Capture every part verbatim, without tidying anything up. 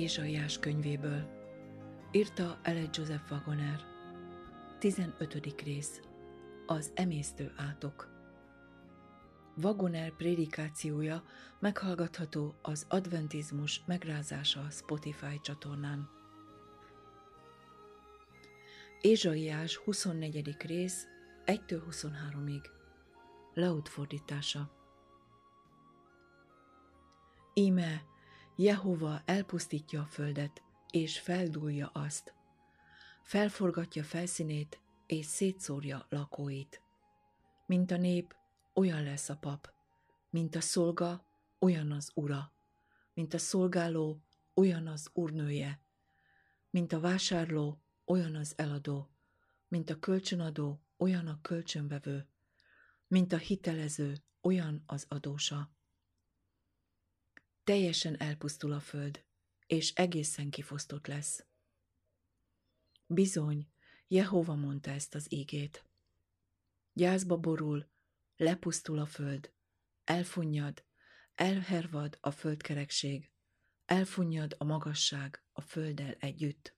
Ézsaiás könyvéből. Írta Eled Joseph Wagoner. tizenötödik rész. Az emésztő átok. Wagoner prédikációja meghallgatható az Adventizmus megrázása Spotify csatornán. Ézsaiás huszonnegyedik rész, egytől huszonháromig. Laud fordítása. Íme, Jehova elpusztítja a földet, és feldúlja azt. Felforgatja felszínét, és szétszórja lakóit. Mint a nép, olyan lesz a pap. Mint a szolga, olyan az ura. Mint a szolgáló, olyan az úrnője. Mint a vásárló, olyan az eladó. Mint a kölcsönadó, olyan a kölcsönvevő. Mint a hitelező, olyan az adósa. Teljesen elpusztul a föld, és egészen kifosztott lesz. Bizony, Jehova mondta ezt az ígét. Gyászba borul, lepusztul a föld, elfunnyad, elhervad a földkerekség, elfunnyad a magasság a földdel együtt.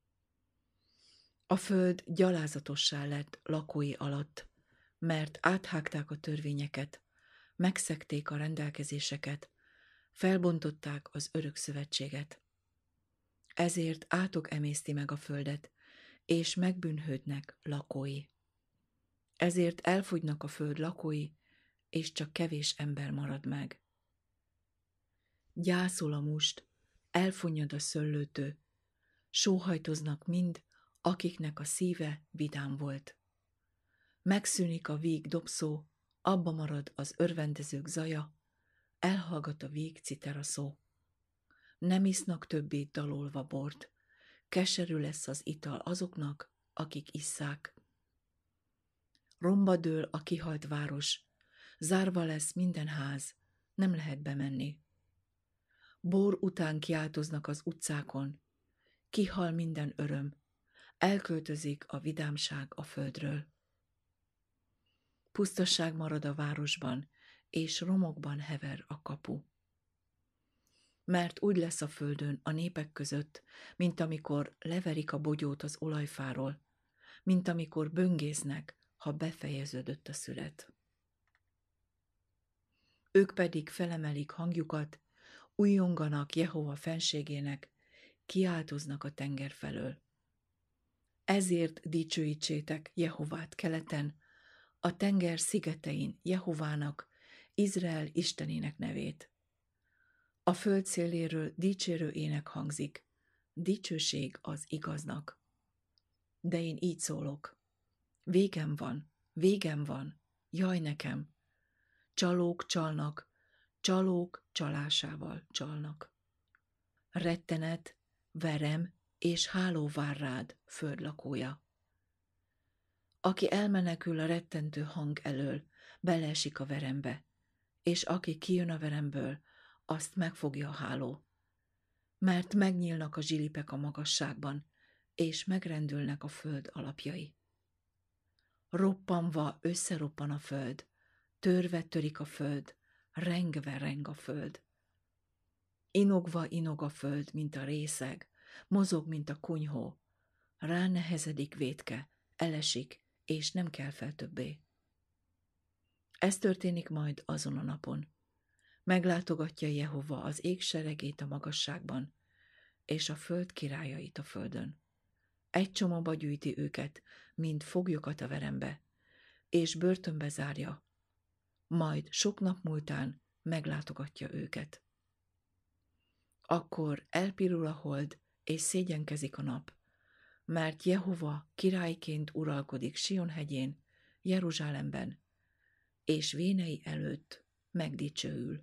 A föld gyalázatossá lett lakói alatt, mert áthágták a törvényeket, megszegték a rendelkezéseket, felbontották az örök szövetséget. Ezért átok emészti meg a földet, és megbűnhődnek lakói. Ezért elfogynak a föld lakói, és csak kevés ember marad meg. Gyászol a must, elfonnyad a szöllőtő, sóhajtoznak mind, akiknek a szíve vidám volt. Megszűnik a víg dobszó, abba marad az örvendezők zaja, elhallgat a víg citera szó. Nem isznak többé dalolva bort, keserű lesz az ital azoknak, akik isszák. Romba dől a kihalt város, zárva lesz minden ház, nem lehet bemenni. Bor után kiáltoznak az utcákon, kihal minden öröm, elköltözik a vidámság a földről. Pusztaság marad a városban, és romokban hever a kapu. Mert úgy lesz a földön a népek között, mint amikor leverik a bogyót az olajfáról, mint amikor böngésznek, ha befejeződött a szület. Ők pedig felemelik hangjukat, ujjonganak Jehova fenségének, kiáltoznak a tenger felől. Ezért dicsőítsétek Jehovát keleten, a tenger szigetein Jehovának, Izrael Istenének nevét. A föld széléről dicsérő ének hangzik, dicsőség az igaznak. De én így szólok, végem van, végem van, jaj nekem. Csalók csalnak, csalók csalásával csalnak. Rettenet, verem és háló vár rád, föld lakója. Aki elmenekül a rettentő hang elől, beleesik a verembe, és aki kijön a veremből, azt megfogja a háló. Mert megnyílnak a zsilipek a magasságban, és megrendülnek a föld alapjai. Roppanva összeroppan a föld, törve törik a föld, rengve reng a föld. Inogva inog a föld, mint a részeg, mozog, mint a kunyhó. Ránehezedik vétke, elesik, és nem kell fel többé. Ez történik majd azon a napon. Meglátogatja Jehova az ég seregét a magasságban, és a föld királyait a földön. Egy csomagba gyűjti őket, mint foglyokat a verembe, és börtönbe zárja, majd sok nap múltán meglátogatja őket. Akkor elpirul a hold, és szégyenkezik a nap, mert Jehova királyként uralkodik Sion hegyén, Jeruzsálemben, és vénei előtt megdicsőül.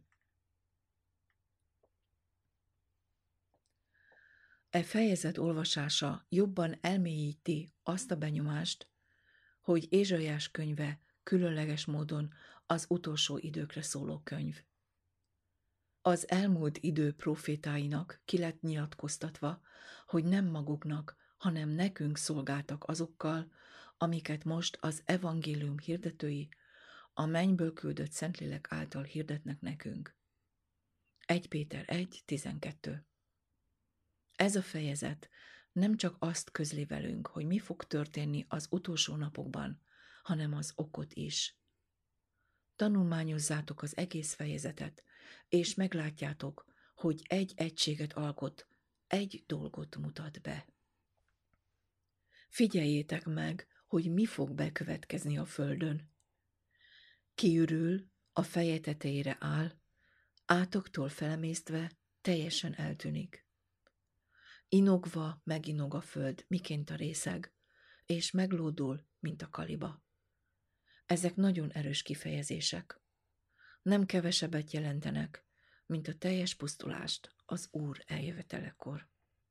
E fejezet olvasása jobban elmélyíti azt a benyomást, hogy Ézsaiás könyve különleges módon az utolsó időkre szóló könyv. Az elmúlt idő profétáinak ki lett nyilatkoztatva, hogy nem maguknak, hanem nekünk szolgáltak azokkal, amiket most az evangélium hirdetői, a mennyből küldött Szentlélek által hirdetnek nekünk. Első Péter egy tizenkettő. Ez a fejezet nem csak azt közli velünk, hogy mi fog történni az utolsó napokban, hanem az okot is. Tanulmányozzátok az egész fejezetet, és meglátjátok, hogy egy egységet alkot, egy dolgot mutat be. Figyeljétek meg, hogy mi fog bekövetkezni a földön. Kiürül, a feje tetejére áll, átoktól felemésztve teljesen eltűnik. Inogva meginog a föld, miként a részeg, és meglódul, mint a kaliba. Ezek nagyon erős kifejezések. Nem kevesebbet jelentenek, mint a teljes pusztulást az Úr eljövetelekor.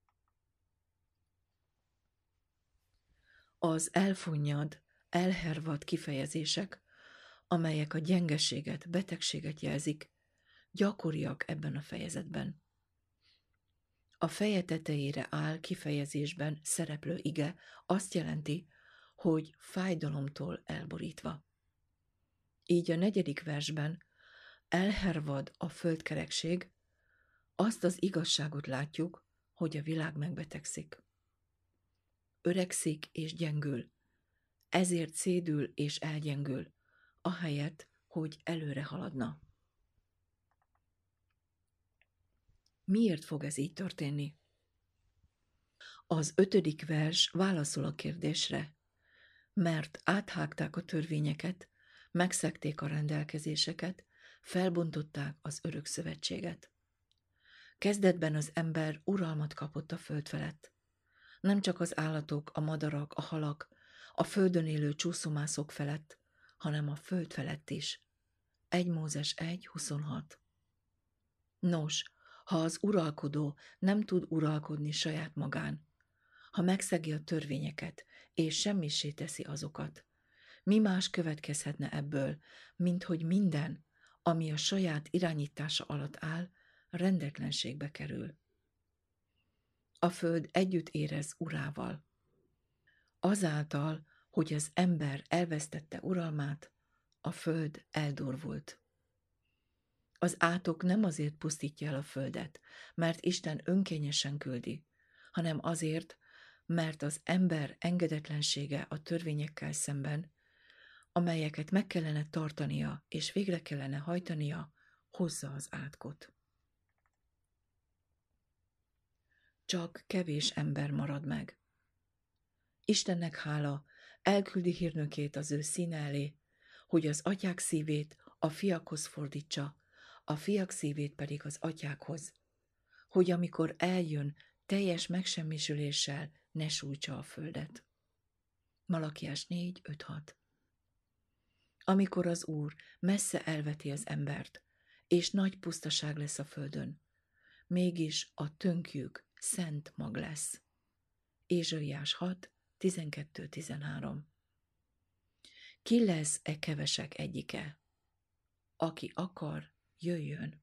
Az elfonnyad, elhervad kifejezések, amelyek a gyengeséget, betegséget jelzik, gyakoriak ebben a fejezetben. A feje tetejére áll kifejezésben szereplő ige azt jelenti, hogy fájdalomtól elborítva. Így a negyedik versben elhervad a földkerekség, azt az igazságot látjuk, hogy a világ megbetegszik. Öregszik és gyengül, ezért szédül és elgyengül, ahelyett, hogy előre haladna. Miért fog ez így történni? Az ötödik vers válaszol a kérdésre, mert áthágták a törvényeket, megszegték a rendelkezéseket, felbontották az örök szövetséget. Kezdetben az ember uralmat kapott a föld felett. Nem csak az állatok, a madarak, a halak, a földön élő csúszomászok felett, hanem a föld felett is. egy Mózes egy huszonhat. Nos, ha az uralkodó nem tud uralkodni saját magán, ha megszegi a törvényeket, és semmissé teszi azokat, mi más következhetne ebből, mint hogy minden, ami a saját irányítása alatt áll, rendetlenségbe kerül. A föld együtt érez urával. Azáltal, hogy az ember elvesztette uralmát, a föld eldurvult. Az átok nem azért pusztítja el a földet, mert Isten önkényesen küldi, hanem azért, mert az ember engedetlensége a törvényekkel szemben, amelyeket meg kellene tartania és végre kellene hajtania, hozza az átkot. Csak kevés ember marad meg. Istennek hála, elküldi hírnökét az ő színe elé, hogy az atyák szívét a fiakhoz fordítsa, a fiak szívét pedig az atyákhoz, hogy amikor eljön, teljes megsemmisüléssel ne sújtsa a földet. Malakiás négy öt hat. Amikor az Úr messze elveti az embert, és nagy pusztaság lesz a földön, mégis a tönkjük szent mag lesz. Ézsaiás hat tizenkettő tizenhárom. Ki lesz e kevesek egyike? Aki akar, jöjjön.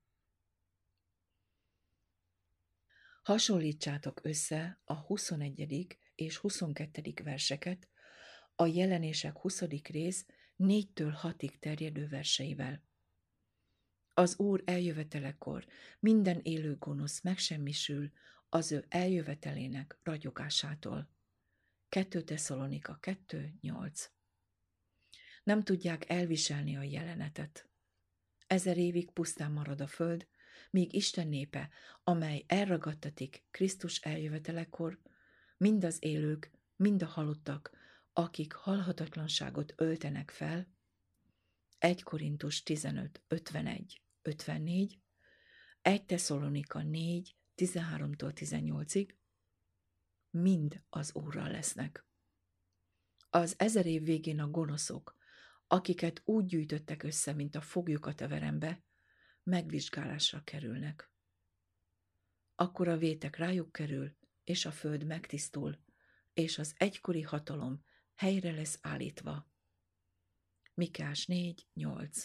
Hasonlítsátok össze a huszonegyedik és huszonkettedik verseket a Jelenések huszadik rész négytől hatig terjedő verseivel. Az Úr eljövetelekor minden élő gonosz megsemmisül az ő eljövetelének ragyogásától. kettő Tesszalonika kettő nyolc. Nem tudják elviselni a jelenetet. Ezer évig pusztán marad a föld, míg Isten népe, amely elragadtatik Krisztus eljövetelekor, mind az élők, mind a halottak, akik halhatatlanságot öltenek fel, egy Korintus tizenöt ötvenegy ötvennégy, egy Tesszalonika négy tizenháromtól tizennyolcig, mind az Úrral lesznek. Az ezer év végén a gonoszok, akiket úgy gyűjtöttek össze, mint a foglyokat a verembe, megvizsgálásra kerülnek. Akkor a vétek rájuk kerül, és a föld megtisztul, és az egykori hatalom helyre lesz állítva. Mikás négy nyolc.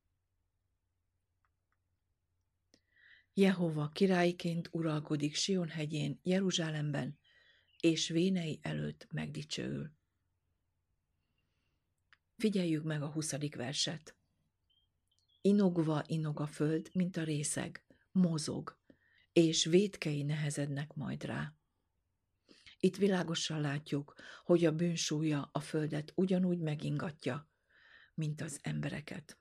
Jehova királyként uralkodik Sion hegyén, Jeruzsálemben, és vénei előtt megdicsőül. Figyeljük meg a huszadik verset. Inogva inog a föld, mint a részeg, mozog, és vétkei nehezednek majd rá. Itt világosan látjuk, hogy a bűn súlya a földet ugyanúgy megingatja, mint az embereket.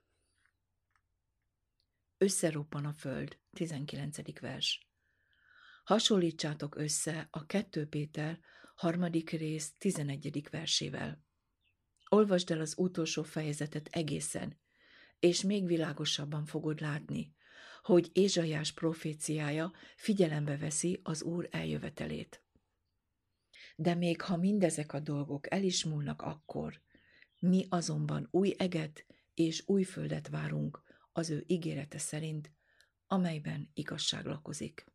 Összeroppan a föld, tizenkilencedik vers. Hasonlítsátok össze a kettő Péter harmadik rész tizenegyedik versével. Olvasd el az utolsó fejezetet egészen, és még világosabban fogod látni, hogy Ézsaiás proféciája figyelembe veszi az Úr eljövetelét. De még ha mindezek a dolgok el is múlnak akkor, mi azonban új eget és új földet várunk az ő ígérete szerint, amelyben igazság lakozik.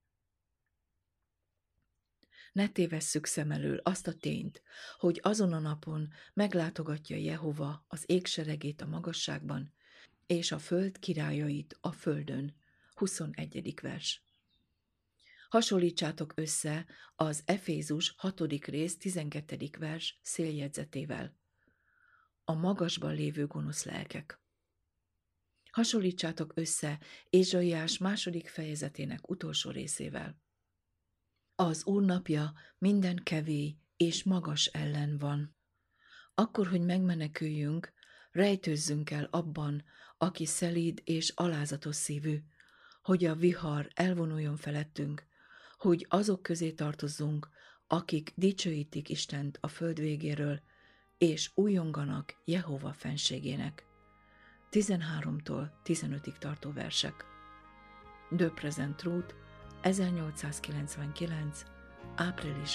Ne tévesszük szem elől azt a tényt, hogy azon a napon meglátogatja Jehova az égseregét a magasságban, és a föld királyait a földön. huszonegyedik vers. Hasonlítsátok össze az Efézus hatodik rész tizenkettedik vers széljegyzetével. A magasban lévő gonosz lelkek. Hasonlítsátok össze Ézsaiás második fejezetének utolsó részével. Az Úr napja minden kevély és magas ellen van. Akkor, hogy megmeneküljünk, rejtőzzünk el abban, aki szelíd és alázatos szívű, hogy a vihar elvonuljon felettünk, hogy azok közé tartozzunk, akik dicsőítik Istent a föld végéről, és újonganak Jehova fenségének. tizenháromtól tizenötig tartó versek. The Present Truth, ezernyolcszázkilencvenkilenc. április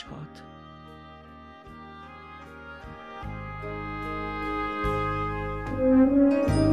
hatodika.